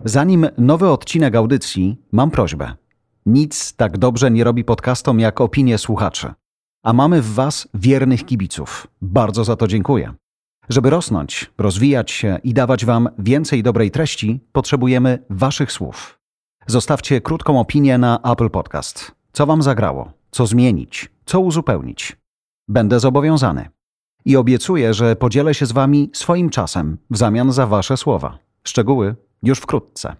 Zanim nowy odcinek audycji, mam prośbę. Nic tak dobrze nie robi podcastom jak opinie słuchaczy. A mamy w Was wiernych kibiców. Bardzo za to dziękuję. Żeby rosnąć, rozwijać się i dawać Wam więcej dobrej treści, potrzebujemy Waszych słów. Zostawcie krótką opinię na Apple Podcast. Co Wam zagrało? Co zmienić? Co uzupełnić? Będę zobowiązany. I obiecuję, że podzielę się z Wami swoim czasem w zamian za Wasze słowa. Szczegóły już wkrótce.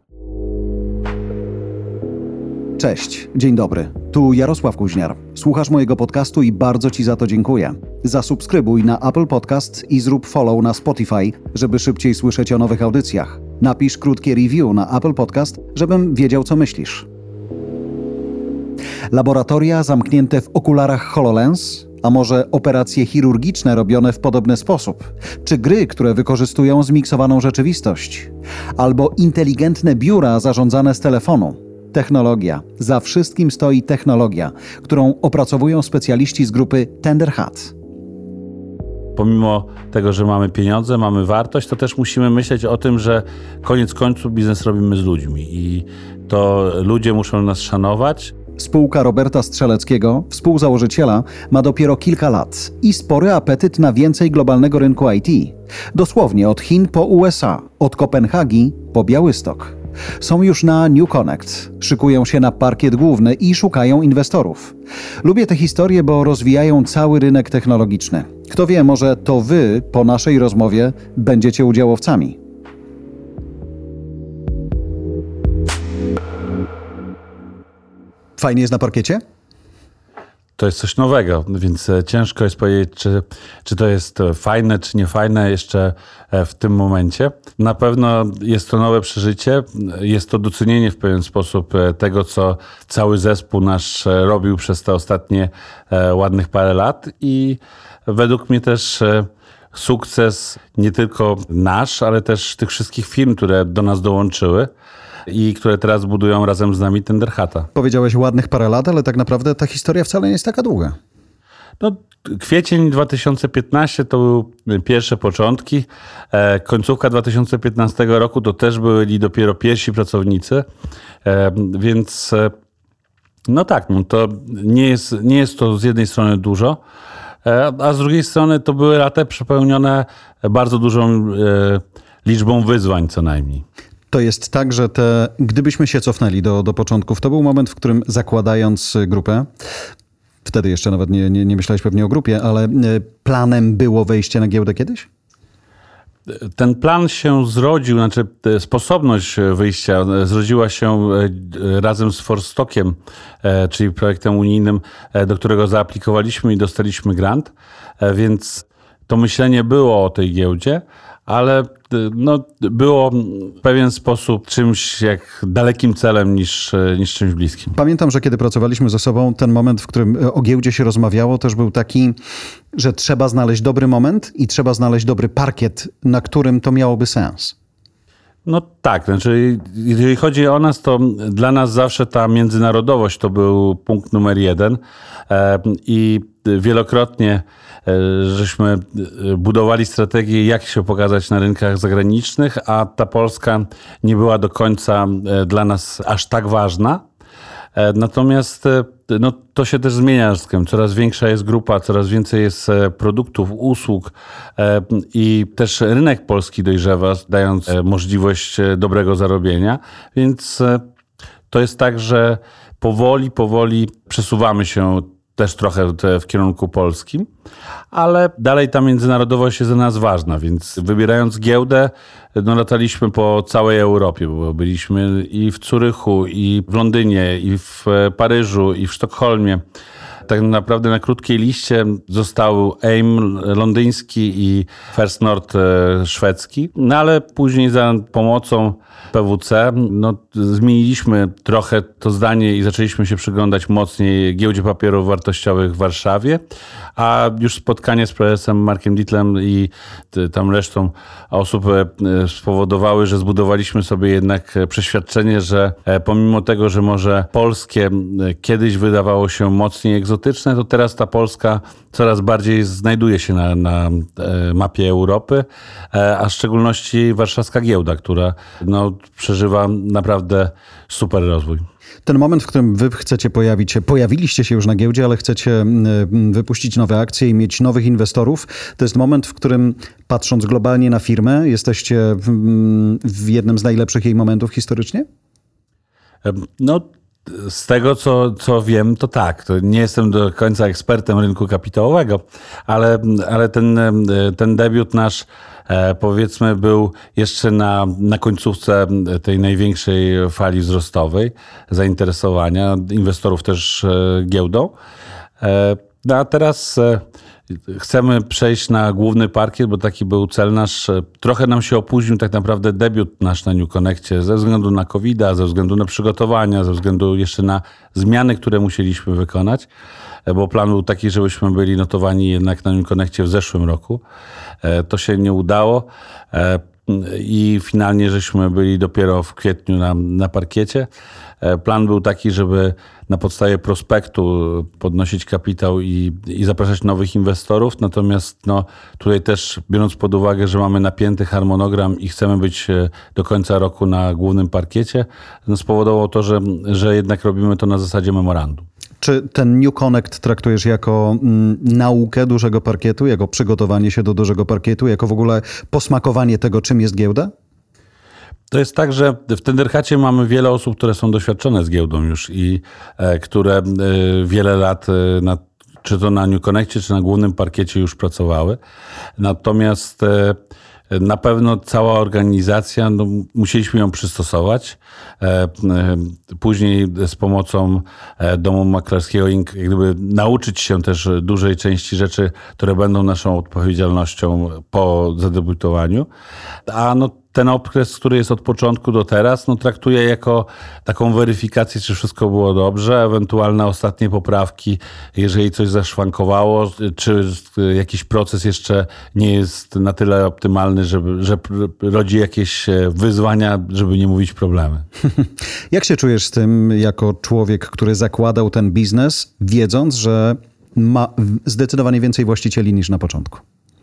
Cześć, dzień dobry. Tu Jarosław Kuźniar. Słuchasz mojego podcastu i bardzo Ci za to dziękuję. Zasubskrybuj na Apple Podcast i zrób follow na Spotify, żeby szybciej słyszeć o nowych audycjach. Napisz krótkie review na Apple Podcast, żebym wiedział, co myślisz. Laboratoria zamknięte w okularach HoloLens? A może operacje chirurgiczne robione w podobny sposób? Czy gry, które wykorzystują zmiksowaną rzeczywistość? Albo inteligentne biura zarządzane z telefonu? Technologia. Za wszystkim stoi technologia, którą opracowują specjaliści z grupy Tenderhat. Pomimo tego, że mamy pieniądze, mamy wartość, to też musimy myśleć o tym, że koniec końców biznes robimy z ludźmi i to ludzie muszą nas szanować. Spółka Roberta Strzeleckiego, współzałożyciela, ma dopiero kilka lat i spory apetyt na więcej globalnego rynku IT. Dosłownie od Chin po USA, od Kopenhagi po Białystok. Są już na New Connect, szykują się na parkiet główny i szukają inwestorów. Lubię te historie, bo rozwijają cały rynek technologiczny. Kto wie, może to Wy po naszej rozmowie będziecie udziałowcami. Fajnie jest na parkiecie? To jest coś nowego, więc ciężko jest powiedzieć, czy to jest fajne, czy nie fajne jeszcze w tym momencie. Na pewno jest to nowe przeżycie, jest to docenienie w pewien sposób tego, co cały zespół nasz robił przez te ostatnie ładnych parę lat i według mnie też sukces nie tylko nasz, ale też tych wszystkich firm, które do nas dołączyły i które teraz budują razem z nami Tenderhata. Powiedziałeś ładnych parę lat, ale tak naprawdę ta historia wcale nie jest taka długa. No, kwiecień 2015 to były pierwsze początki. Końcówka 2015 roku to też byli dopiero pierwsi pracownicy. Więc no tak, no to nie jest to z jednej strony dużo, a z drugiej strony to były lata przepełnione bardzo dużą liczbą wyzwań co najmniej. To jest tak, że gdybyśmy się cofnęli do początków, to był moment, w którym zakładając grupę, wtedy jeszcze nawet nie myślałeś pewnie o grupie, ale planem było wejście na giełdę kiedyś? Ten plan się zrodził, znaczy sposobność wyjścia zrodziła się razem z Forstockiem, czyli projektem unijnym, do którego zaaplikowaliśmy i dostaliśmy grant, więc to myślenie było o tej giełdzie, ale no, było w pewien sposób czymś jak dalekim celem niż czymś bliskim. Pamiętam, że kiedy pracowaliśmy ze sobą, ten moment, w którym o giełdzie się rozmawiało, też był taki, że trzeba znaleźć dobry moment i trzeba znaleźć dobry parkiet, na którym to miałoby sens. No tak, znaczy jeżeli chodzi o nas, to dla nas zawsze ta międzynarodowość to był punkt numer 1 i wielokrotnie żeśmy budowali strategię, jak się pokazać na rynkach zagranicznych, a ta Polska nie była do końca dla nas aż tak ważna. Natomiast no, to się też zmienia z tym. Coraz większa jest grupa, coraz więcej jest produktów, usług i też rynek polski dojrzewa, dając możliwość dobrego zarobienia. Więc to jest tak, że powoli przesuwamy się też trochę w kierunku polskim, ale dalej ta międzynarodowość jest dla nas ważna, więc wybierając giełdę, no lataliśmy po całej Europie, bo byliśmy i w Zurychu, i w Londynie, i w Paryżu, i w Sztokholmie. Tak naprawdę na krótkiej liście został AIM londyński i First North szwedzki, no ale później za pomocą PwC no, zmieniliśmy trochę to zdanie i zaczęliśmy się przyglądać mocniej giełdzie papierów wartościowych w Warszawie, a już spotkanie z prezesem Markiem Dittlem i tam resztą osób spowodowały, że zbudowaliśmy sobie jednak przeświadczenie, że pomimo tego, że może polskie kiedyś wydawało się mocniej egzotyczne, egzotyczne, to teraz ta Polska coraz bardziej znajduje się na mapie Europy, a w szczególności warszawska giełda, która przeżywa naprawdę super rozwój. Ten moment, w którym wy chcecie pojawiliście się już na giełdzie, ale chcecie wypuścić nowe akcje i mieć nowych inwestorów, to jest moment, w którym patrząc globalnie na firmę, jesteście w jednym z najlepszych jej momentów historycznie? Z tego, co wiem, to tak. To nie jestem do końca ekspertem rynku kapitałowego, ale ten debiut nasz, powiedzmy, był jeszcze na końcówce tej największej fali wzrostowej zainteresowania inwestorów też giełdą. A teraz chcemy przejść na główny parkiet, bo taki był cel nasz. Trochę nam się opóźnił tak naprawdę debiut nasz na New Connectie ze względu na COVID-a, ze względu na przygotowania, ze względu jeszcze na zmiany, które musieliśmy wykonać, bo plan był taki, żebyśmy byli notowani jednak na New Connectie w zeszłym roku. To się nie udało i finalnie żeśmy byli dopiero w kwietniu na parkiecie. Plan był taki, żeby na podstawie prospektu podnosić kapitał i zapraszać nowych inwestorów. Natomiast tutaj też biorąc pod uwagę, że mamy napięty harmonogram i chcemy być do końca roku na głównym parkiecie, spowodowało to, że jednak robimy to na zasadzie memorandum. Czy ten New Connect traktujesz jako naukę dużego parkietu, jako przygotowanie się do dużego parkietu, jako w ogóle posmakowanie tego, czym jest giełda? To jest tak, że w Tenderhacie mamy wiele osób, które są doświadczone z giełdą już i które wiele lat czy to na New Connectie, czy na głównym parkiecie już pracowały. Natomiast na pewno cała organizacja, musieliśmy ją przystosować. Później z pomocą domu maklerskiego Inc. nauczyć się też dużej części rzeczy, które będą naszą odpowiedzialnością po zadebiutowaniu. A ten okres, który jest od początku do teraz, traktuję jako taką weryfikację, czy wszystko było dobrze, ewentualne ostatnie poprawki, jeżeli coś zaszwankowało, czy jakiś proces jeszcze nie jest na tyle optymalny, że rodzi jakieś wyzwania, żeby nie mówić problemy. Jak się czujesz z tym, jako człowiek, który zakładał ten biznes, wiedząc, że ma zdecydowanie więcej właścicieli niż na początku?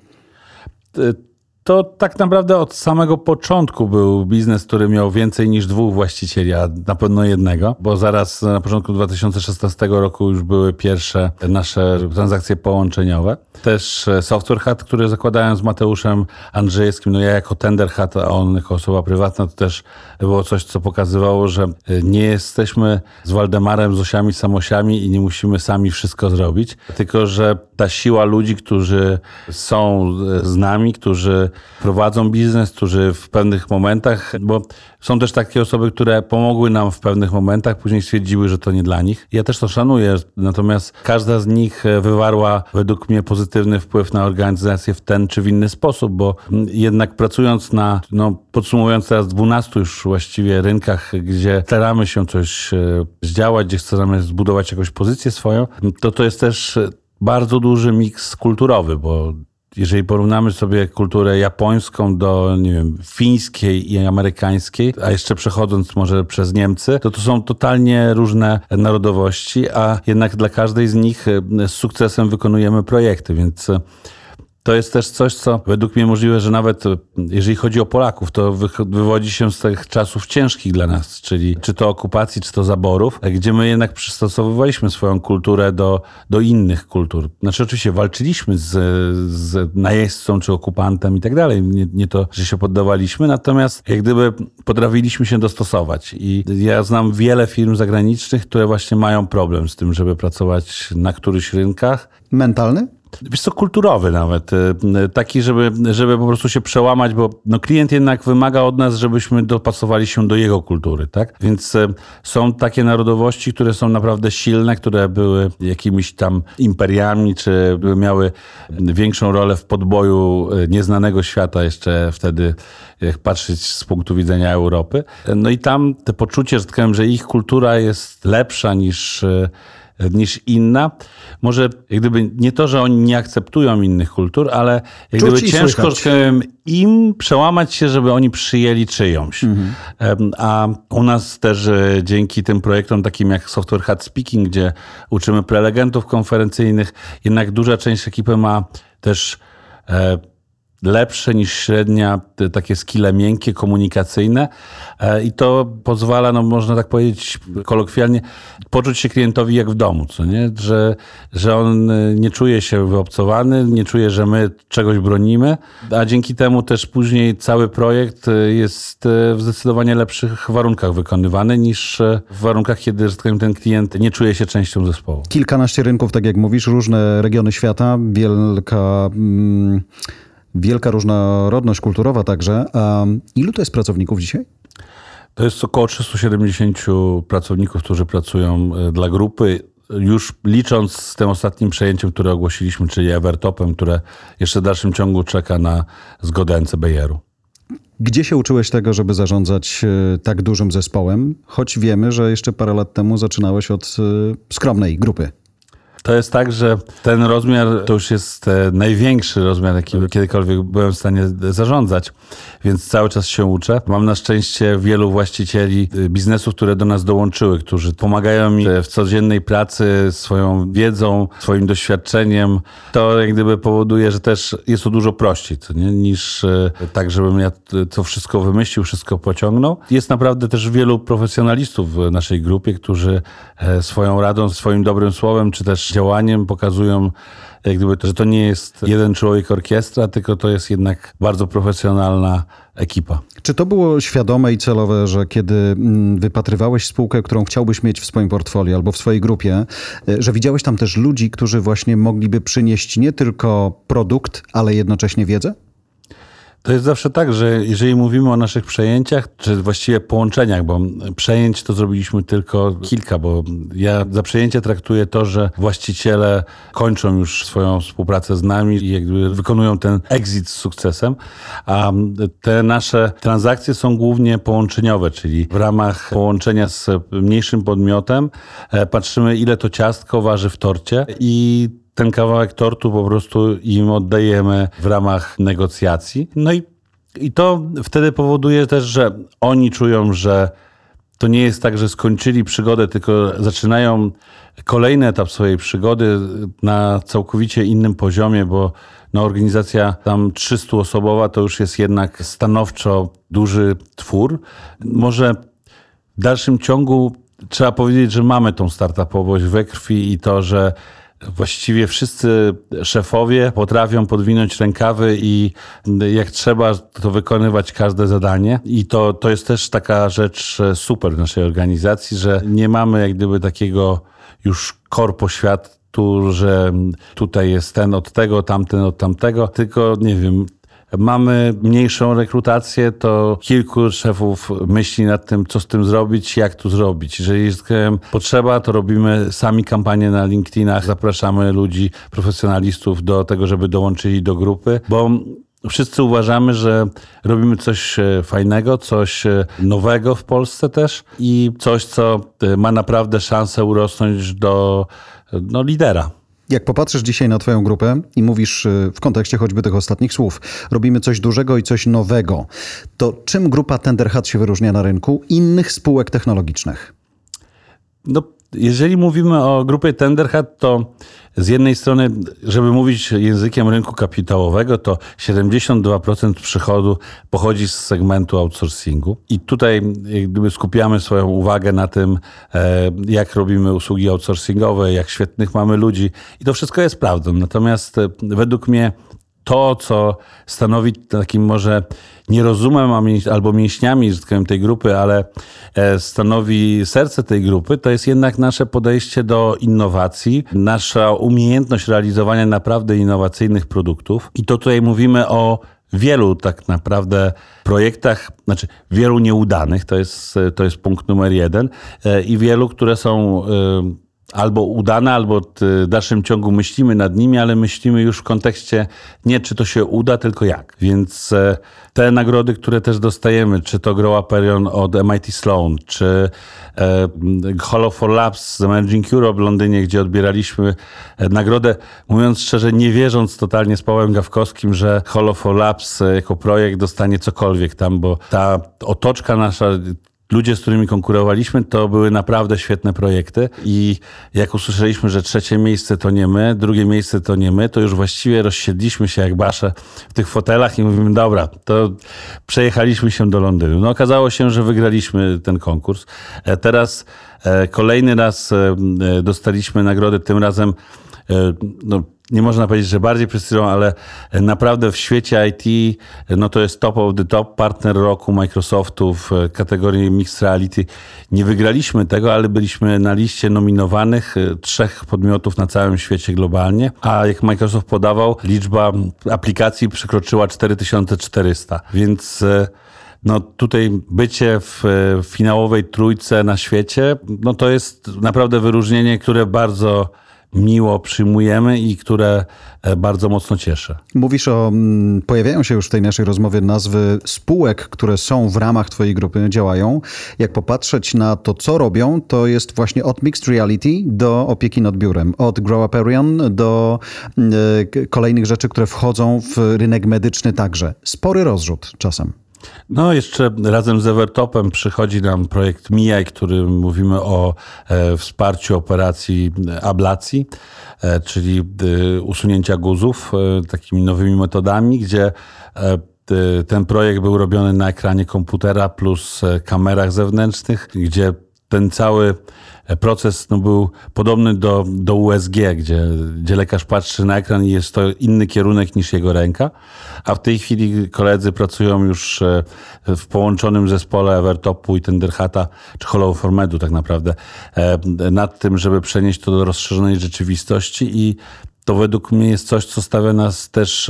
To tak naprawdę od samego początku był biznes, który miał więcej niż 2 właścicieli, a na pewno jednego, bo zaraz na początku 2016 roku już były pierwsze nasze transakcje połączeniowe. Też Software Hut, który zakładałem z Mateuszem Andrzejewskim, ja jako Tenderhat, a on jako osoba prywatna, to też było coś, co pokazywało, że nie jesteśmy z Waldemarem, Zosiami, Samosiami i nie musimy sami wszystko zrobić, tylko że ta siła ludzi, którzy są z nami, którzy prowadzą biznes, którzy w pewnych momentach, bo są też takie osoby, które pomogły nam w pewnych momentach, później stwierdziły, że to nie dla nich. Ja też to szanuję, natomiast każda z nich wywarła według mnie pozytywny wpływ na organizację w ten czy w inny sposób, bo jednak pracując na, podsumowując teraz 12 już właściwie rynkach, gdzie staramy się coś zdziałać, gdzie staramy zbudować jakąś pozycję swoją, to jest też bardzo duży miks kulturowy, bo jeżeli porównamy sobie kulturę japońską do, fińskiej i amerykańskiej, a jeszcze przechodząc może przez Niemcy, to są totalnie różne narodowości, a jednak dla każdej z nich z sukcesem wykonujemy projekty, więc to jest też coś, co według mnie możliwe, że nawet jeżeli chodzi o Polaków, to wywodzi się z tych czasów ciężkich dla nas, czyli czy to okupacji, czy to zaborów, gdzie my jednak przystosowywaliśmy swoją kulturę do innych kultur. Znaczy oczywiście walczyliśmy z najeźdźcą, czy okupantem i tak dalej. Nie to, że się poddawaliśmy, natomiast jak gdyby potrafiliśmy się dostosować. I ja znam wiele firm zagranicznych, które właśnie mają problem z tym, żeby pracować na którychś rynkach. Mentalny? Wiesz co, kulturowy nawet. Taki, żeby po prostu się przełamać, bo klient jednak wymaga od nas, żebyśmy dopasowali się do jego kultury, tak? Więc są takie narodowości, które są naprawdę silne, które były jakimiś tam imperiami, czy miały większą rolę w podboju nieznanego świata jeszcze wtedy, jak patrzeć z punktu widzenia Europy. I tam te poczucie, że ich kultura jest lepsza niż inna. Może jak gdyby nie to, że oni nie akceptują innych kultur, ale jak gdyby ciężko im przełamać się, żeby oni przyjęli czyjąś. A u nas też dzięki tym projektom takim jak Software Hard Speaking, gdzie uczymy prelegentów konferencyjnych, jednak duża część ekipy ma też lepsze niż średnia takie skille miękkie, komunikacyjne i to pozwala, no można tak powiedzieć kolokwialnie, poczuć się klientowi jak w domu, co nie? Że on nie czuje się wyobcowany, nie czuje, że my czegoś bronimy, a dzięki temu też później cały projekt jest w zdecydowanie lepszych warunkach wykonywany niż w warunkach, kiedy że tak powiem, ten klient nie czuje się częścią zespołu. Kilkanaście rynków, tak jak mówisz, różne regiony świata, wielka różnorodność kulturowa także. A ilu to jest pracowników dzisiaj? To jest około 370 pracowników, którzy pracują dla grupy. Już licząc z tym ostatnim przejęciem, które ogłosiliśmy, czyli Evertopem, które jeszcze w dalszym ciągu czeka na zgodę NCBR-u. Gdzie się uczyłeś tego, żeby zarządzać tak dużym zespołem? Choć wiemy, że jeszcze parę lat temu zaczynałeś od skromnej grupy. To jest tak, że ten rozmiar to już jest największy rozmiar, jaki kiedykolwiek byłem w stanie zarządzać, więc cały czas się uczę. Mam na szczęście wielu właścicieli biznesów, które do nas dołączyły, którzy pomagają mi w codziennej pracy swoją wiedzą, swoim doświadczeniem. To jak gdyby powoduje, że też jest to dużo prościej, co nie? Niż tak, żebym ja to wszystko wymyślił, wszystko pociągnął. Jest naprawdę też wielu profesjonalistów w naszej grupie, którzy swoją radą, swoim dobrym słowem, czy też działaniem pokazują, jak gdyby, że to nie jest jeden człowiek orkiestra, tylko to jest jednak bardzo profesjonalna ekipa. Czy to było świadome i celowe, że kiedy wypatrywałeś spółkę, którą chciałbyś mieć w swoim portfolio albo w swojej grupie, że widziałeś tam też ludzi, którzy właśnie mogliby przynieść nie tylko produkt, ale jednocześnie wiedzę? To jest zawsze tak, że jeżeli mówimy o naszych przejęciach, czy właściwie połączeniach, bo przejęć to zrobiliśmy tylko kilka, bo ja za przejęcie traktuję to, że właściciele kończą już swoją współpracę z nami i jakby wykonują ten exit z sukcesem, a te nasze transakcje są głównie połączeniowe, czyli w ramach połączenia z mniejszym podmiotem patrzymy, ile to ciastko waży w torcie i ten kawałek tortu po prostu im oddajemy w ramach negocjacji. No i to wtedy powoduje też, że oni czują, że to nie jest tak, że skończyli przygodę, tylko zaczynają kolejny etap swojej przygody na całkowicie innym poziomie, bo organizacja tam 300-osobowa to już jest jednak stanowczo duży twór. Może w dalszym ciągu trzeba powiedzieć, że mamy tą startupowość we krwi i to, że właściwie wszyscy szefowie potrafią podwinąć rękawy i jak trzeba, to wykonywać każde zadanie. I to jest też taka rzecz super w naszej organizacji, że nie mamy jak gdyby takiego już korpo światu, że tutaj jest ten od tego, tamten od tamtego, tylko nie wiem, mamy mniejszą rekrutację, to kilku szefów myśli nad tym, co z tym zrobić, jak tu zrobić. Jeżeli jest potrzeba, to robimy sami kampanię na LinkedInach, zapraszamy ludzi, profesjonalistów do tego, żeby dołączyli do grupy, bo wszyscy uważamy, że robimy coś fajnego, coś nowego w Polsce też i coś, co ma naprawdę szansę urosnąć do lidera. Jak popatrzysz dzisiaj na twoją grupę i mówisz w kontekście choćby tych ostatnich słów, robimy coś dużego i coś nowego, to czym grupa Tenderhat się wyróżnia na rynku innych spółek technologicznych? Jeżeli mówimy o grupie Tenderhat, to z jednej strony, żeby mówić językiem rynku kapitałowego, to 72% przychodu pochodzi z segmentu outsourcingu. I tutaj jak gdyby skupiamy swoją uwagę na tym, jak robimy usługi outsourcingowe, jak świetnych mamy ludzi. I to wszystko jest prawdą. Natomiast według mnie to, co stanowi takim może nie rozumem albo mięśniami tej grupy, ale stanowi serce tej grupy, to jest jednak nasze podejście do innowacji, nasza umiejętność realizowania naprawdę innowacyjnych produktów. I to tutaj mówimy o wielu tak naprawdę projektach, znaczy wielu nieudanych, to jest punkt numer 1 i wielu, które są albo udane, albo w dalszym ciągu myślimy nad nimi, ale myślimy już w kontekście nie czy to się uda, tylko jak. Więc te nagrody, które też dostajemy, czy to Grow Aperion od MIT Sloan, czy Hall for Labs z Emerging Europe w Londynie, gdzie odbieraliśmy nagrodę, mówiąc szczerze, nie wierząc totalnie z Pawłem Gawkowskim, że Hall for Labs jako projekt dostanie cokolwiek tam, bo ta otoczka nasza, ludzie, z którymi konkurowaliśmy, to były naprawdę świetne projekty i jak usłyszeliśmy, że 3. miejsce to nie my, 2. miejsce to nie my, to już właściwie rozsiedliśmy się jak basze w tych fotelach i mówimy, dobra, to przejechaliśmy się do Londynu. No okazało się, że wygraliśmy ten konkurs. Teraz kolejny raz dostaliśmy nagrodę, tym razem nie można powiedzieć, że bardziej prestiżową, ale naprawdę w świecie IT, no to jest top of the top, partner roku Microsoftu w kategorii Mixed Reality. Nie wygraliśmy tego, ale byliśmy na liście nominowanych 3 podmiotów na całym świecie globalnie, a jak Microsoft podawał, liczba aplikacji przekroczyła 4400, więc no tutaj bycie w finałowej trójce na świecie, no to jest naprawdę wyróżnienie, które bardzo miło przyjmujemy i które bardzo mocno cieszy. Mówisz pojawiają się już w tej naszej rozmowie nazwy spółek, które są w ramach twojej grupy, działają. Jak popatrzeć na to, co robią, to jest właśnie od Mixed Reality do opieki nad biurem, od Grow Aperion do kolejnych rzeczy, które wchodzą w rynek medyczny także. Spory rozrzut czasem. No jeszcze razem z Evertopem przychodzi nam projekt MIAI, który mówimy o wsparciu operacji ablacji, czyli usunięcia guzów takimi nowymi metodami, gdzie ten projekt był robiony na ekranie komputera plus kamerach zewnętrznych, gdzie ten cały proces był podobny do USG, gdzie lekarz patrzy na ekran i jest to inny kierunek niż jego ręka. A w tej chwili koledzy pracują już w połączonym zespole Evertopu i Tenderhata, czy Holoformedu tak naprawdę, nad tym, żeby przenieść to do rozszerzonej rzeczywistości i to według mnie jest coś, co stawia nas też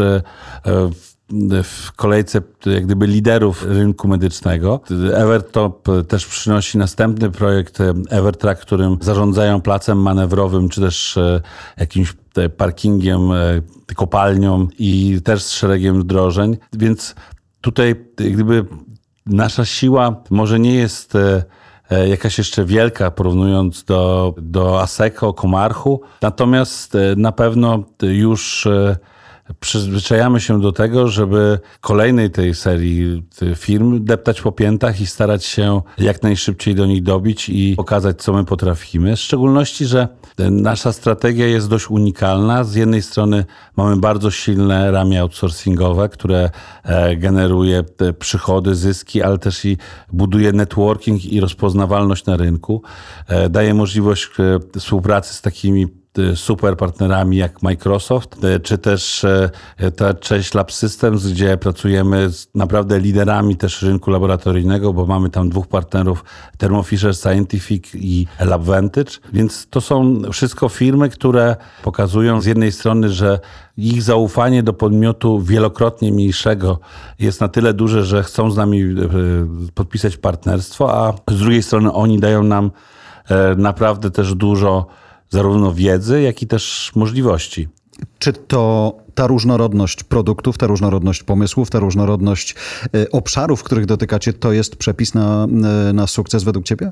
w kolejce jak gdyby liderów rynku medycznego. Evertop też przynosi następny projekt Evertrack, którym zarządzają placem manewrowym, czy też jakimś parkingiem, kopalnią i też z szeregiem wdrożeń. Więc tutaj jak gdyby nasza siła może nie jest jakaś jeszcze wielka, porównując do Asseco, Comarchu, natomiast na pewno już przyzwyczajamy się do tego, żeby kolejnej tej serii firm deptać po piętach i starać się jak najszybciej do nich dobić i pokazać, co my potrafimy. W szczególności, że nasza strategia jest dość unikalna. Z jednej strony mamy bardzo silne ramię outsourcingowe, które generuje przychody, zyski, ale też i buduje networking i rozpoznawalność na rynku. Daje możliwość współpracy z takimi super partnerami jak Microsoft, czy też ta część Lab Systems, gdzie pracujemy z naprawdę liderami też rynku laboratoryjnego, bo mamy tam 2 partnerów, Thermo Fisher Scientific i LabVantage, więc to są wszystko firmy, które pokazują z jednej strony, że ich zaufanie do podmiotu wielokrotnie mniejszego jest na tyle duże, że chcą z nami podpisać partnerstwo, a z drugiej strony oni dają nam naprawdę też dużo zarówno wiedzy, jak i też możliwości. Czy to ta różnorodność produktów, ta różnorodność pomysłów, ta różnorodność obszarów, których dotykacie, to jest przepis na sukces według ciebie?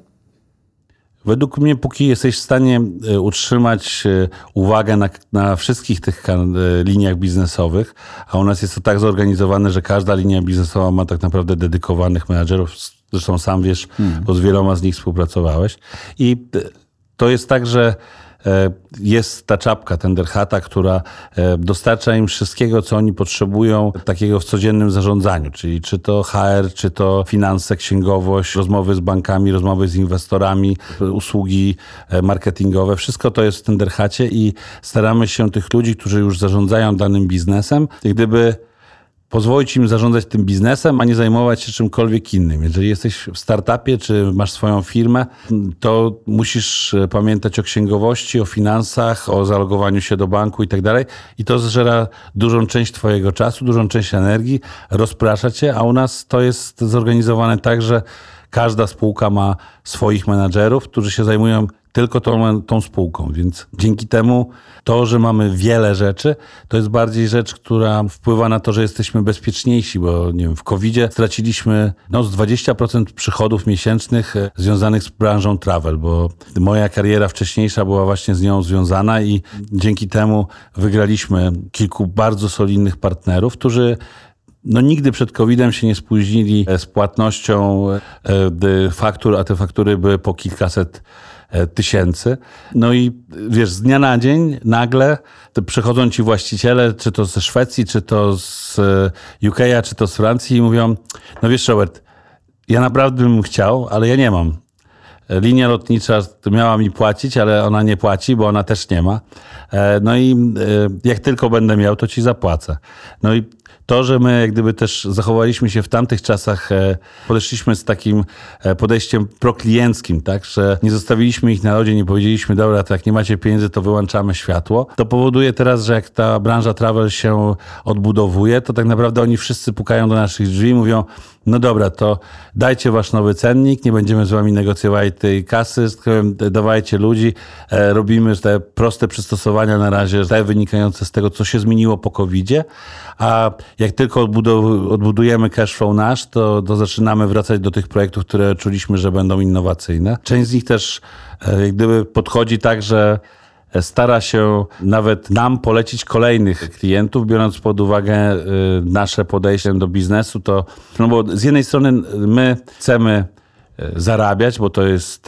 Według mnie, póki jesteś w stanie utrzymać uwagę na wszystkich tych liniach biznesowych, a u nas jest to tak zorganizowane, że każda linia biznesowa ma tak naprawdę dedykowanych menadżerów, zresztą sam wiesz, bo z wieloma z nich współpracowałeś. I to jest tak, że jest ta czapka Tenderhata, która dostarcza im wszystkiego, co oni potrzebują takiego w codziennym zarządzaniu, czyli czy to HR, czy to finanse, księgowość, rozmowy z bankami, rozmowy z inwestorami, usługi marketingowe. Wszystko to jest w Tenderhacie i staramy się tych ludzi, którzy już zarządzają danym biznesem, jak gdyby pozwolić im zarządzać tym biznesem, a nie zajmować się czymkolwiek innym. Jeżeli jesteś w startupie, czy masz swoją firmę, to musisz pamiętać o księgowości, o finansach, o zalogowaniu się do banku i tak dalej. I to zżera dużą część twojego czasu, dużą część energii, rozprasza cię, a u nas to jest zorganizowane tak, że każda spółka ma swoich menadżerów, którzy się zajmują tylko tą spółką, więc dzięki temu to, że mamy wiele rzeczy, to jest bardziej rzecz, która wpływa na to, że jesteśmy bezpieczniejsi, bo nie wiem, w COVID-zie straciliśmy z 20% przychodów miesięcznych związanych z branżą travel, bo moja kariera wcześniejsza była właśnie z nią związana i dzięki temu wygraliśmy kilku bardzo solidnych partnerów, którzy nigdy przed COVID-em się nie spóźnili z płatnością faktur, a te faktury były po kilkaset tysięcy. No i wiesz, z dnia na dzień nagle przychodzą ci właściciele, czy to ze Szwecji, czy to z UK-a, czy to z Francji i mówią, no wiesz Robert, ja naprawdę bym chciał, ale ja nie mam. Linia lotnicza miała mi płacić, ale ona nie płaci, bo ona też nie ma. No i jak tylko będę miał, to ci zapłacę. No i to, że my jak gdyby też zachowaliśmy się w tamtych czasach, podeszliśmy z takim podejściem proklienckim, tak, że nie zostawiliśmy ich na lodzie, nie powiedzieliśmy, dobra, to jak nie macie pieniędzy, to wyłączamy światło. To powoduje teraz, że jak ta branża travel się odbudowuje, to tak naprawdę oni wszyscy pukają do naszych drzwi i mówią, no dobra, to dajcie wasz nowy cennik, nie będziemy z wami negocjowali tej kasy, dawajcie ludzi, robimy te proste przystosowania na razie, te wynikające z tego, co się zmieniło po COVID-zie, a jak tylko odbudujemy cash flow nasz, to zaczynamy wracać do tych projektów, które czuliśmy, że będą innowacyjne. Część z nich też jak gdyby podchodzi tak, że stara się nawet nam polecić kolejnych klientów, biorąc pod uwagę nasze podejście do biznesu, bo z jednej strony my chcemy zarabiać, bo to jest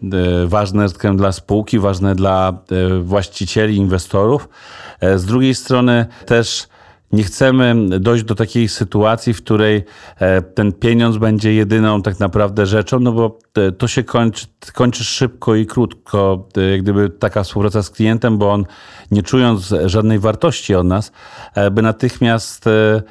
ważne dla spółki, ważne dla właścicieli, inwestorów. Z drugiej strony też nie chcemy dojść do takiej sytuacji, w której ten pieniądz będzie jedyną tak naprawdę rzeczą, no bo to się kończy szybko i krótko, jak gdyby taka współpraca z klientem, bo on nie czując żadnej wartości od nas, by natychmiast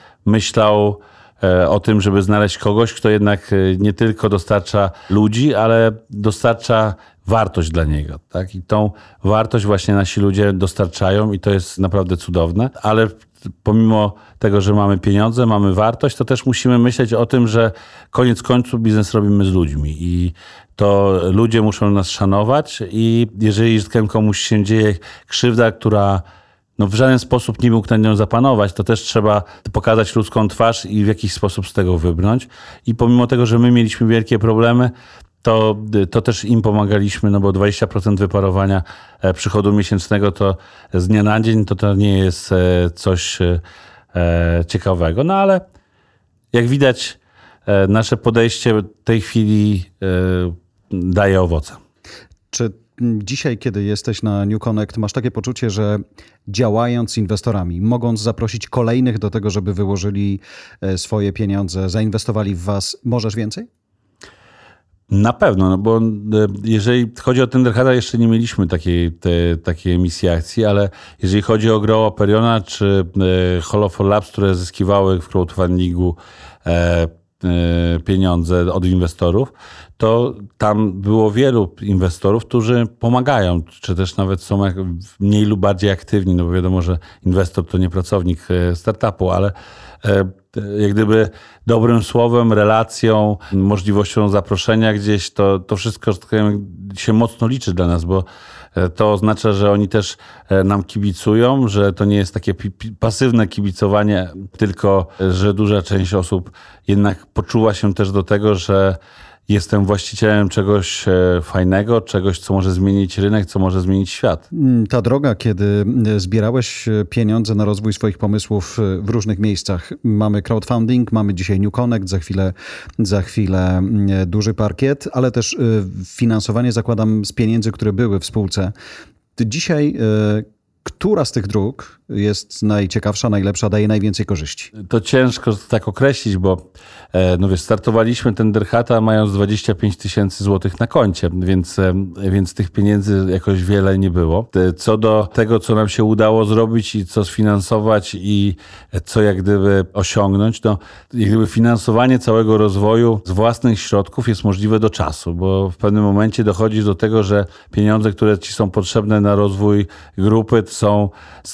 myślał o tym, żeby znaleźć kogoś, kto jednak nie tylko dostarcza ludzi, ale dostarcza wartość dla niego. Tak? I tą wartość właśnie nasi ludzie dostarczają i to jest naprawdę cudowne, ale pomimo tego, że mamy pieniądze, mamy wartość, to też musimy myśleć o tym, że koniec końców biznes robimy z ludźmi i to ludzie muszą nas szanować i jeżeli komuś się dzieje krzywda, która w żaden sposób nie mógł nad nią zapanować, to też trzeba pokazać ludzką twarz i w jakiś sposób z tego wybrnąć. I pomimo tego, że my mieliśmy wielkie problemy, to też im pomagaliśmy, bo 20% wyparowania przychodu miesięcznego to z dnia na dzień to nie jest coś ciekawego. No ale jak widać, nasze podejście w tej chwili daje owoce. Czy dzisiaj, kiedy jesteś na New Connect, masz takie poczucie, że działając z inwestorami, mogąc zaprosić kolejnych do tego, żeby wyłożyli swoje pieniądze, zainwestowali w was, możesz więcej? Na pewno, bo jeżeli chodzi o Tenderheada, jeszcze nie mieliśmy takiej emisji akcji, ale jeżeli chodzi o Grow Operiona czy Holo for Labs, które zyskiwały w crowdfundingu pieniądze od inwestorów, to tam było wielu inwestorów, którzy pomagają, czy też nawet są mniej lub bardziej aktywni, bo wiadomo, że inwestor to nie pracownik startupu, ale jak gdyby dobrym słowem, relacją, możliwością zaproszenia gdzieś, to wszystko się mocno liczy dla nas, bo to oznacza, że oni też nam kibicują, że to nie jest takie pasywne kibicowanie, tylko że duża część osób jednak poczuła się też do tego, że jestem właścicielem czegoś fajnego, czegoś, co może zmienić rynek, co może zmienić świat. Ta droga, kiedy zbierałeś pieniądze na rozwój swoich pomysłów w różnych miejscach. Mamy crowdfunding, mamy dzisiaj New Connect, za chwilę duży parkiet, ale też finansowanie, zakładam, z pieniędzy, które były w spółce. Dzisiaj która z tych dróg jest najciekawsza, najlepsza, daje najwięcej korzyści? To ciężko tak określić, bo startowaliśmy Tenderheada mając 25 000 złotych na koncie, więc tych pieniędzy jakoś wiele nie było. Co do tego, co nam się udało zrobić i co sfinansować i co jak gdyby osiągnąć, jak gdyby finansowanie całego rozwoju z własnych środków jest możliwe do czasu, bo w pewnym momencie dochodzisz do tego, że pieniądze, które ci są potrzebne na rozwój grupy, są stanowczo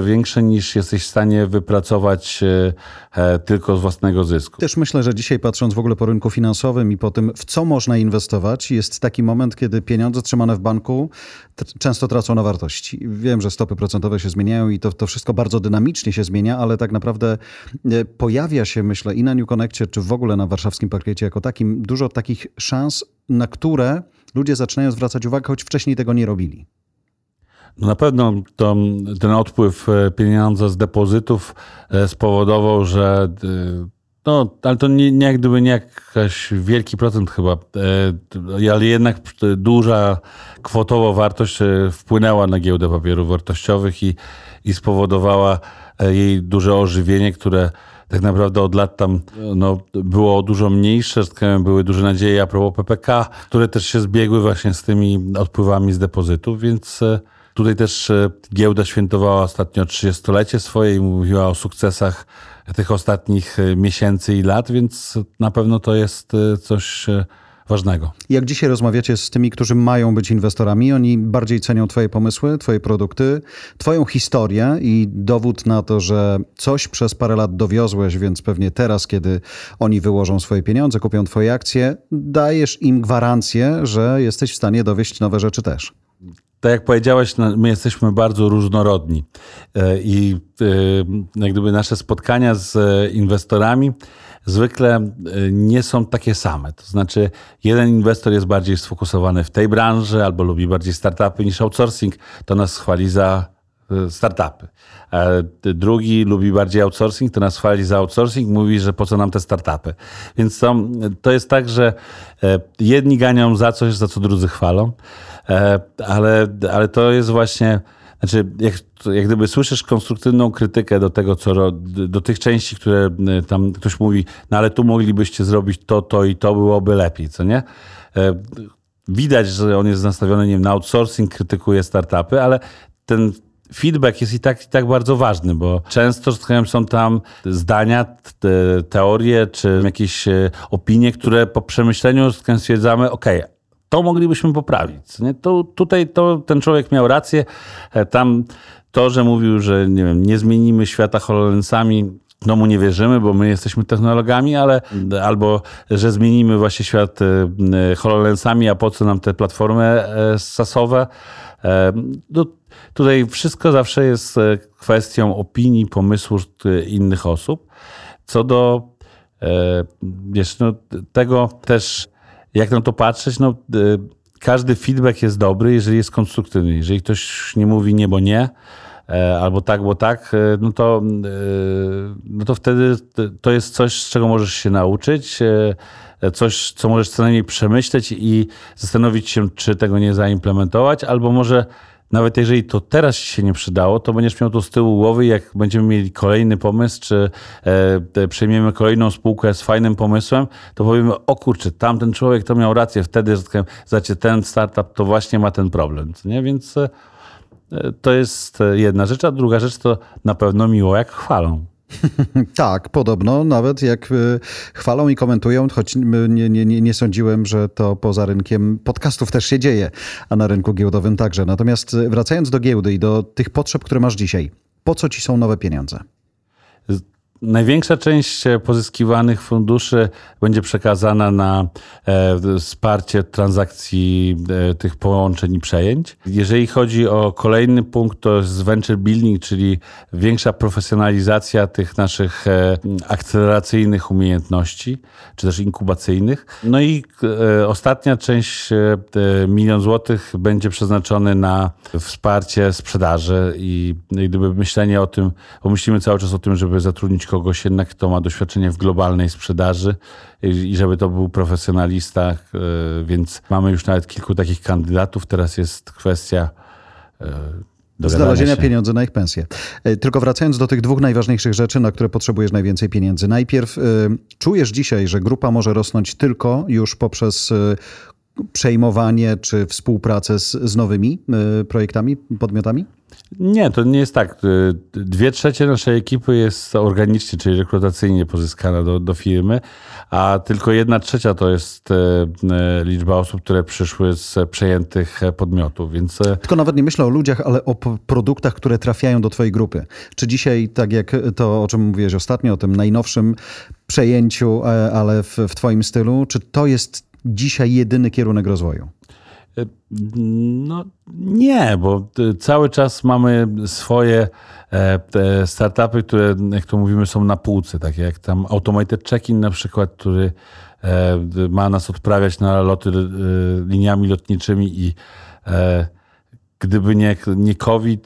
większe niż jesteś w stanie wypracować tylko z własnego zysku. Też myślę, że dzisiaj patrząc w ogóle po rynku finansowym i po tym, w co można inwestować, jest taki moment, kiedy pieniądze trzymane w banku często tracą na wartości. Wiem, że stopy procentowe się zmieniają i to wszystko bardzo dynamicznie się zmienia, ale tak naprawdę pojawia się, myślę, i na New Connectie, czy w ogóle na warszawskim parkiecie jako takim, dużo takich szans, na które ludzie zaczynają zwracać uwagę, choć wcześniej tego nie robili. No na pewno ten odpływ pieniądza z depozytów spowodował, że ale to nie jak gdyby nie jakiś wielki procent chyba, ale jednak duża kwotowo wartość wpłynęła na giełdę papierów wartościowych i spowodowała jej duże ożywienie, które tak naprawdę od lat tam było dużo mniejsze, były duże nadzieje a propos PPK, które też się zbiegły właśnie z tymi odpływami z depozytów, więc tutaj też giełda świętowała ostatnio 30-lecie swoje i mówiła o sukcesach tych ostatnich miesięcy i lat, więc na pewno to jest coś ważnego. Jak dzisiaj rozmawiacie z tymi, którzy mają być inwestorami, oni bardziej cenią twoje pomysły, twoje produkty, twoją historię i dowód na to, że coś przez parę lat dowiozłeś, więc pewnie teraz, kiedy oni wyłożą swoje pieniądze, kupią twoje akcje, dajesz im gwarancję, że jesteś w stanie dowieść nowe rzeczy też. Tak jak powiedziałeś, my jesteśmy bardzo różnorodni i jak gdyby nasze spotkania z inwestorami zwykle nie są takie same. To znaczy jeden inwestor jest bardziej sfokusowany w tej branży albo lubi bardziej startupy niż outsourcing, to nas chwali za startupy. A drugi lubi bardziej outsourcing, to nas chwali za outsourcing, mówi, że po co nam te startupy. Więc to jest tak, że jedni ganią za coś, za co drudzy chwalą, ale to jest właśnie, znaczy jak gdyby słyszysz konstruktywną krytykę do tego, do tych części, które tam ktoś mówi, no ale tu moglibyście zrobić to i to byłoby lepiej, co nie? Widać, że on jest nastawiony, nie wiem, na outsourcing, krytykuje startupy, ale ten feedback jest i tak bardzo ważny, bo często są tam zdania, teorie czy jakieś opinie, które po przemyśleniu stwierdzamy, to moglibyśmy poprawić. Nie? Tutaj ten człowiek miał rację. Tam to, że mówił, że nie zmienimy świata HoloLensami, no mu nie wierzymy, bo my jesteśmy technologami, albo że zmienimy właśnie świat HoloLensami, a po co nam te platformy SaaS-owe. Tutaj wszystko zawsze jest kwestią opinii, pomysłu innych osób. Co do tego też, jak na to patrzeć, każdy feedback jest dobry, jeżeli jest konstruktywny. Jeżeli ktoś nie mówi nie, bo nie, albo tak, bo tak, to wtedy to jest coś, z czego możesz się nauczyć, coś, co możesz co najmniej przemyśleć i zastanowić się, czy tego nie zaimplementować, albo może nawet jeżeli to teraz ci się nie przydało, to będziesz miał to z tyłu głowy, jak będziemy mieli kolejny pomysł, czy przejmiemy kolejną spółkę z fajnym pomysłem, to powiemy, o kurczę, tamten człowiek to miał rację wtedy, że ten startup to właśnie ma ten problem. Nie? Więc to jest jedna rzecz, a druga rzecz to na pewno miło, jak chwalą. Tak, podobno, nawet jak chwalą i komentują, choć nie sądziłem, że to poza rynkiem podcastów też się dzieje, a na rynku giełdowym także. Natomiast wracając do giełdy i do tych potrzeb, które masz dzisiaj, po co ci są nowe pieniądze? Największa część pozyskiwanych funduszy będzie przekazana na wsparcie transakcji tych połączeń i przejęć. Jeżeli chodzi o kolejny punkt, to jest venture building, czyli większa profesjonalizacja tych naszych akceleracyjnych umiejętności, czy też inkubacyjnych. No i ostatnia część, 1 000 000 złotych, będzie przeznaczony na wsparcie sprzedaży i gdyby myślenie o tym, bo myślimy cały czas o tym, żeby zatrudnić kogoś jednak, kto ma doświadczenie w globalnej sprzedaży i żeby to był profesjonalista, więc mamy już nawet kilku takich kandydatów. Teraz jest kwestia znalezienia pieniędzy na ich pensję. Tylko wracając do tych dwóch najważniejszych rzeczy, na które potrzebujesz najwięcej pieniędzy. Najpierw czujesz dzisiaj, że grupa może rosnąć tylko już poprzez przejmowanie czy współpracę z nowymi projektami, podmiotami? Nie, to nie jest tak. 2/3 naszej ekipy jest organicznie, czyli rekrutacyjnie pozyskana do firmy, a tylko 1/3 to jest liczba osób, które przyszły z przejętych podmiotów. Więc... Tylko nawet nie myślę o ludziach, ale o produktach, które trafiają do twojej grupy. Czy dzisiaj, tak jak to, o czym mówiłeś ostatnio, o tym najnowszym przejęciu, ale w twoim stylu, czy to jest dzisiaj jedyny kierunek rozwoju? No nie, bo cały czas mamy swoje te startupy, które, jak to mówimy, są na półce, takie jak tam Automated Check-in na przykład, który ma nas odprawiać na loty liniami lotniczymi i gdyby nie COVID,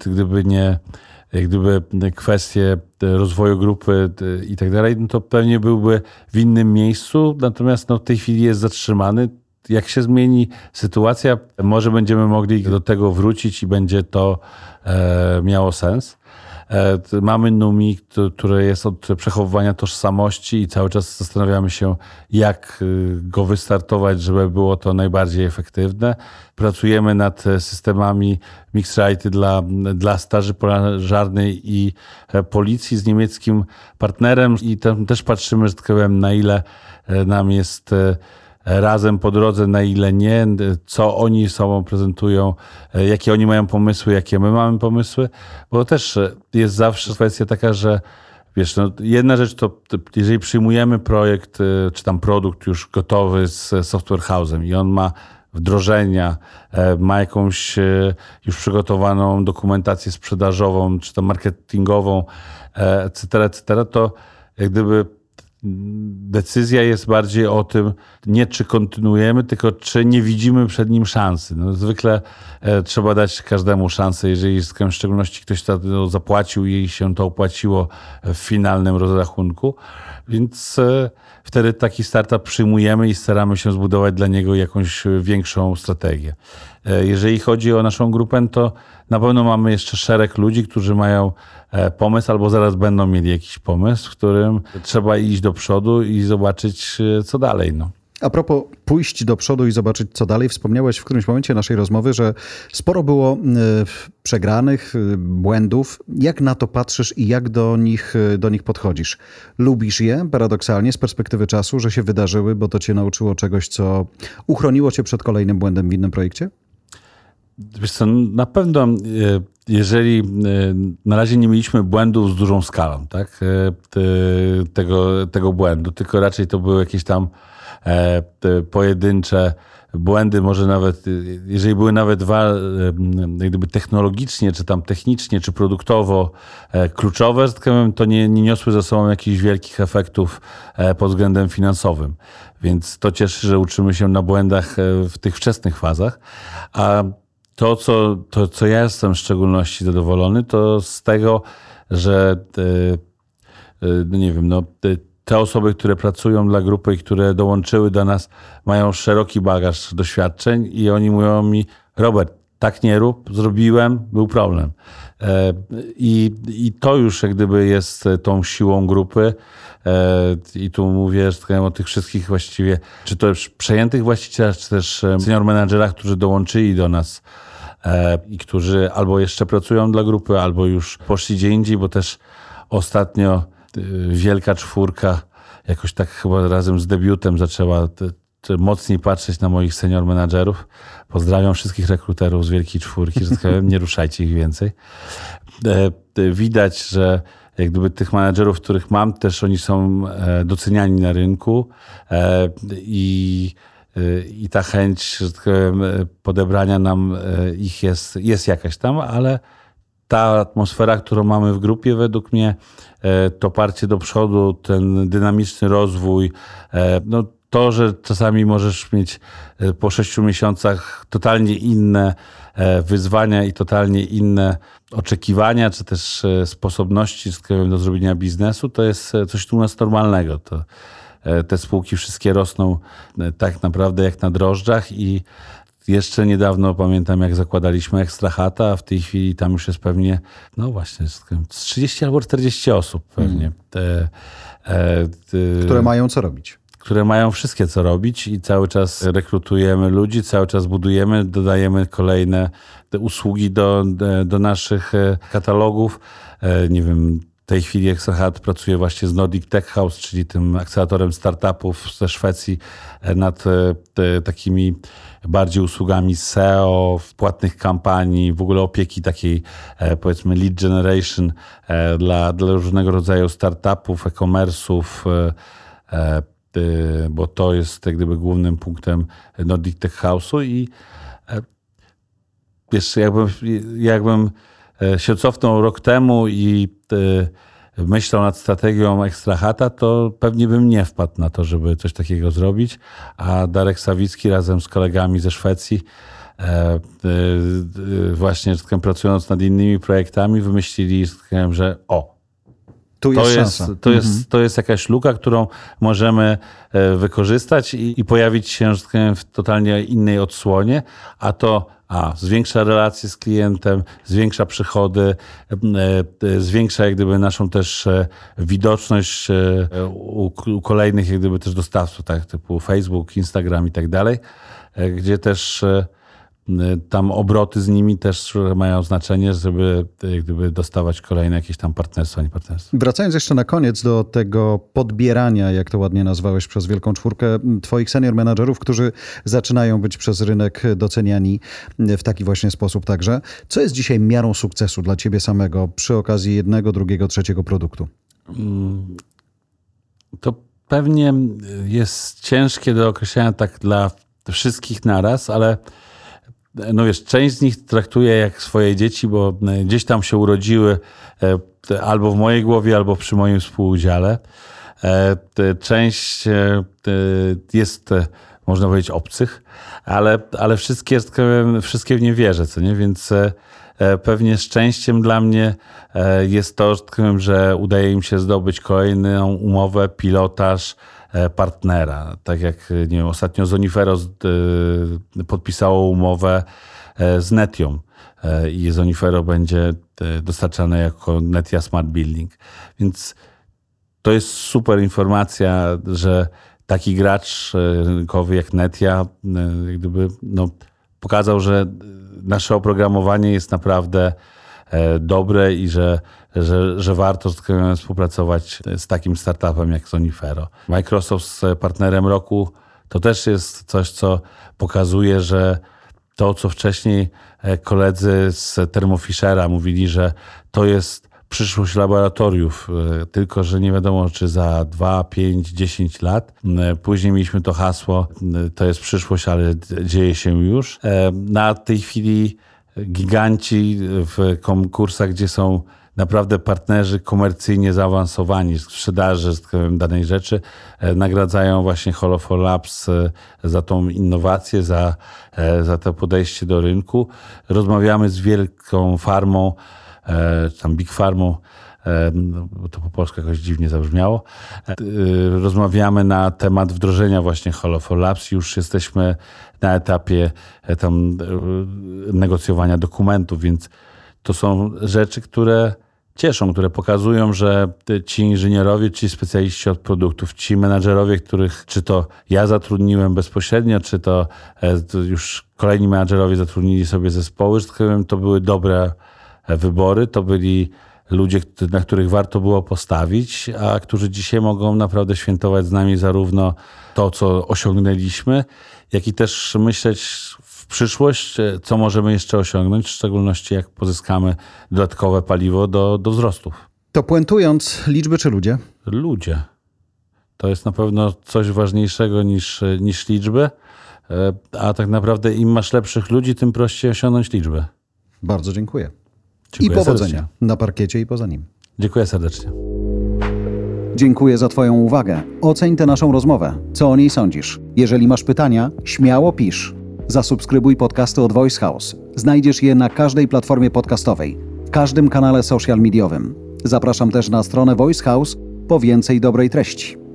gdyby kwestie rozwoju grupy i tak dalej, no to pewnie byłby w innym miejscu, natomiast w tej chwili jest zatrzymany. Jak się zmieni sytuacja, może będziemy mogli do tego wrócić i będzie to miało sens. Mamy Numi, które jest od przechowywania tożsamości i cały czas zastanawiamy się, jak go wystartować, żeby było to najbardziej efektywne. Pracujemy nad systemami Mixed dla straży pożarnej i policji z niemieckim partnerem i tam też patrzymy, że tak powiem, na ile nam jest razem po drodze, na ile nie, co oni sobą prezentują, jakie oni mają pomysły, jakie my mamy pomysły, bo też jest zawsze kwestia taka, że wiesz, no, jedna rzecz to, jeżeli przyjmujemy projekt, czy tam produkt już gotowy z software house'em i on ma wdrożenia, ma jakąś już przygotowaną dokumentację sprzedażową, czy tam marketingową, etc., to jak gdyby decyzja jest bardziej o tym, nie czy kontynuujemy, tylko czy nie widzimy przed nim szansy. No, zwykle trzeba dać każdemu szansę, jeżeli w szczególności ktoś to zapłacił i się to opłaciło w finalnym rozrachunku. Więc wtedy taki startup przyjmujemy i staramy się zbudować dla niego jakąś większą strategię. Jeżeli chodzi o naszą grupę, to na pewno mamy jeszcze szereg ludzi, którzy mają pomysł albo zaraz będą mieli jakiś pomysł, w którym trzeba iść do przodu i zobaczyć, co dalej. No. A propos pójść do przodu i zobaczyć, co dalej, wspomniałeś w którymś momencie naszej rozmowy, że sporo było przegranych, błędów. Jak na to patrzysz i jak do nich podchodzisz? Lubisz je paradoksalnie z perspektywy czasu, że się wydarzyły, bo to cię nauczyło czegoś, co uchroniło cię przed kolejnym błędem w innym projekcie? Wiesz co, na pewno jeżeli na razie nie mieliśmy błędów z dużą skalą, tak? Tego błędu, tylko raczej to były jakieś tam pojedyncze błędy, może nawet, jeżeli były nawet jak gdyby technologicznie, czy tam technicznie, czy produktowo kluczowe, to nie niosły ze sobą jakichś wielkich efektów pod względem finansowym. Więc to cieszy, że uczymy się na błędach w tych wczesnych fazach. A to, co ja jestem w szczególności zadowolony, to z tego, że nie wiem, no, te osoby, które pracują dla grupy i które dołączyły do nas, mają szeroki bagaż doświadczeń i oni mówią mi: Robert, tak nie rób, zrobiłem, był problem. I to już jak gdyby jest tą siłą grupy. I tu mówię o tych wszystkich właściwie, czy to już przejętych właścicielach, czy też senior menadżerach, którzy dołączyli do nas i którzy albo jeszcze pracują dla grupy, albo już poszli gdzie indziej, bo też ostatnio Wielka Czwórka jakoś tak chyba razem z debiutem zaczęła mocniej patrzeć na moich senior menadżerów. Pozdrawiam wszystkich rekruterów z Wielkiej Czwórki, że tak powiem, nie ruszajcie ich więcej. Widać, że jak gdyby tych menadżerów, których mam, też oni są doceniani na rynku i ta chęć, że tak powiem, podebrania nam ich jest jakaś tam, ale ta atmosfera, którą mamy w grupie, według mnie to parcie do przodu, ten dynamiczny rozwój, no to, że czasami możesz mieć po 6 miesiącach totalnie inne wyzwania i totalnie inne oczekiwania, czy też sposobności do zrobienia biznesu, to jest coś u nas normalnego. Te spółki wszystkie rosną tak naprawdę jak na drożdżach i jeszcze niedawno pamiętam, jak zakładaliśmy Extra Hata, a w tej chwili tam już jest pewnie, no właśnie, z 30 albo 40 osób pewnie. Które mają co robić. które mają wszystkie co robić i cały czas rekrutujemy ludzi, cały czas budujemy, dodajemy kolejne te usługi do naszych katalogów. Nie wiem, w tej chwili Extrahat pracuje właśnie z Nordic Tech House, czyli tym akceleratorem startupów ze Szwecji nad takimi bardziej usługami SEO, płatnych kampanii, w ogóle opieki takiej powiedzmy lead generation dla różnego rodzaju startupów, e-commerce'ów, bo to jest jak gdyby głównym punktem Nordic Tech House'u i wiesz, jakbym się cofnął rok temu i myślał nad strategią Extrahata, to pewnie bym nie wpadł na to, żeby coś takiego zrobić, a Darek Sawicki razem z kolegami ze Szwecji właśnie pracując nad innymi projektami wymyślili, że to jest jakaś luka, którą możemy wykorzystać i pojawić się w totalnie innej odsłonie, a to zwiększa relacje z klientem, zwiększa przychody, zwiększa jak gdyby naszą też widoczność u kolejnych jak gdyby też dostawców, tak, typu Facebook, Instagram i tak dalej, gdzie też tam obroty z nimi też mają znaczenie, żeby jak gdyby dostawać kolejne jakieś tam partnerstwa, nie partnerstwa. Wracając jeszcze na koniec do tego podbierania, jak to ładnie nazwałeś, przez Wielką Czwórkę, twoich senior menadżerów, którzy zaczynają być przez rynek doceniani w taki właśnie sposób także. Co jest dzisiaj miarą sukcesu dla ciebie samego przy okazji jednego, drugiego, trzeciego produktu? To pewnie jest ciężkie do określenia tak dla wszystkich naraz, ale no wiesz, część z nich traktuję jak swoje dzieci, bo gdzieś tam się urodziły albo w mojej głowie, albo przy moim współudziale. Część jest, można powiedzieć, obcych, ale wszystkie w nie wierzę, co nie? Więc pewnie szczęściem dla mnie jest to, że udaje im się zdobyć kolejną umowę, pilotaż, partnera. Tak jak nie wiem, ostatnio Zonifero podpisało umowę z Netią i Zonifero będzie dostarczane jako Netia Smart Building. Więc to jest super informacja, że taki gracz rynkowy jak Netia jak gdyby, pokazał, że nasze oprogramowanie jest naprawdę dobre i że warto współpracować z takim startupem jak Zonifero. Microsoft z partnerem roku to też jest coś, co pokazuje, że to, co wcześniej koledzy z Thermo Fishera mówili, że to jest przyszłość laboratoriów, tylko że nie wiadomo, czy za 2, 5, 10 lat. Później mieliśmy to hasło, to jest przyszłość, ale dzieje się już. Na tej chwili giganci w konkursach, gdzie są naprawdę partnerzy komercyjnie zaawansowani w sprzedaży danej rzeczy, nagradzają właśnie Holo4 Labs za tą innowację, za to podejście do rynku. Rozmawiamy z wielką farmą, tam Big Pharmą, bo to po polsku jakoś dziwnie zabrzmiało. Rozmawiamy na temat wdrożenia właśnie Holo4 Labs. Już jesteśmy na etapie tam negocjowania dokumentów, więc to są rzeczy, które cieszą, które pokazują, że ci inżynierowie, ci specjaliści od produktów, ci menadżerowie, których czy to ja zatrudniłem bezpośrednio, czy to już kolejni menadżerowie zatrudnili sobie zespoły, to były dobre wybory, to byli ludzie, na których warto było postawić, a którzy dzisiaj mogą naprawdę świętować z nami zarówno to, co osiągnęliśmy, jak i też myśleć w przyszłość, co możemy jeszcze osiągnąć, w szczególności jak pozyskamy dodatkowe paliwo do wzrostów. To puentując, liczby czy ludzie? Ludzie. To jest na pewno coś ważniejszego niż liczby, a tak naprawdę im masz lepszych ludzi, tym prościej osiągnąć liczbę. Bardzo dziękuję. Dziękuję I powodzenia serdecznie. na parkiecie i poza nim. Dziękuję serdecznie. Dziękuję za twoją uwagę. Oceń tę naszą rozmowę. Co o niej sądzisz? Jeżeli masz pytania, śmiało pisz. Zasubskrybuj podcasty od Voice House. Znajdziesz je na każdej platformie podcastowej, w każdym kanale social mediowym. Zapraszam też na stronę Voice House po więcej dobrej treści.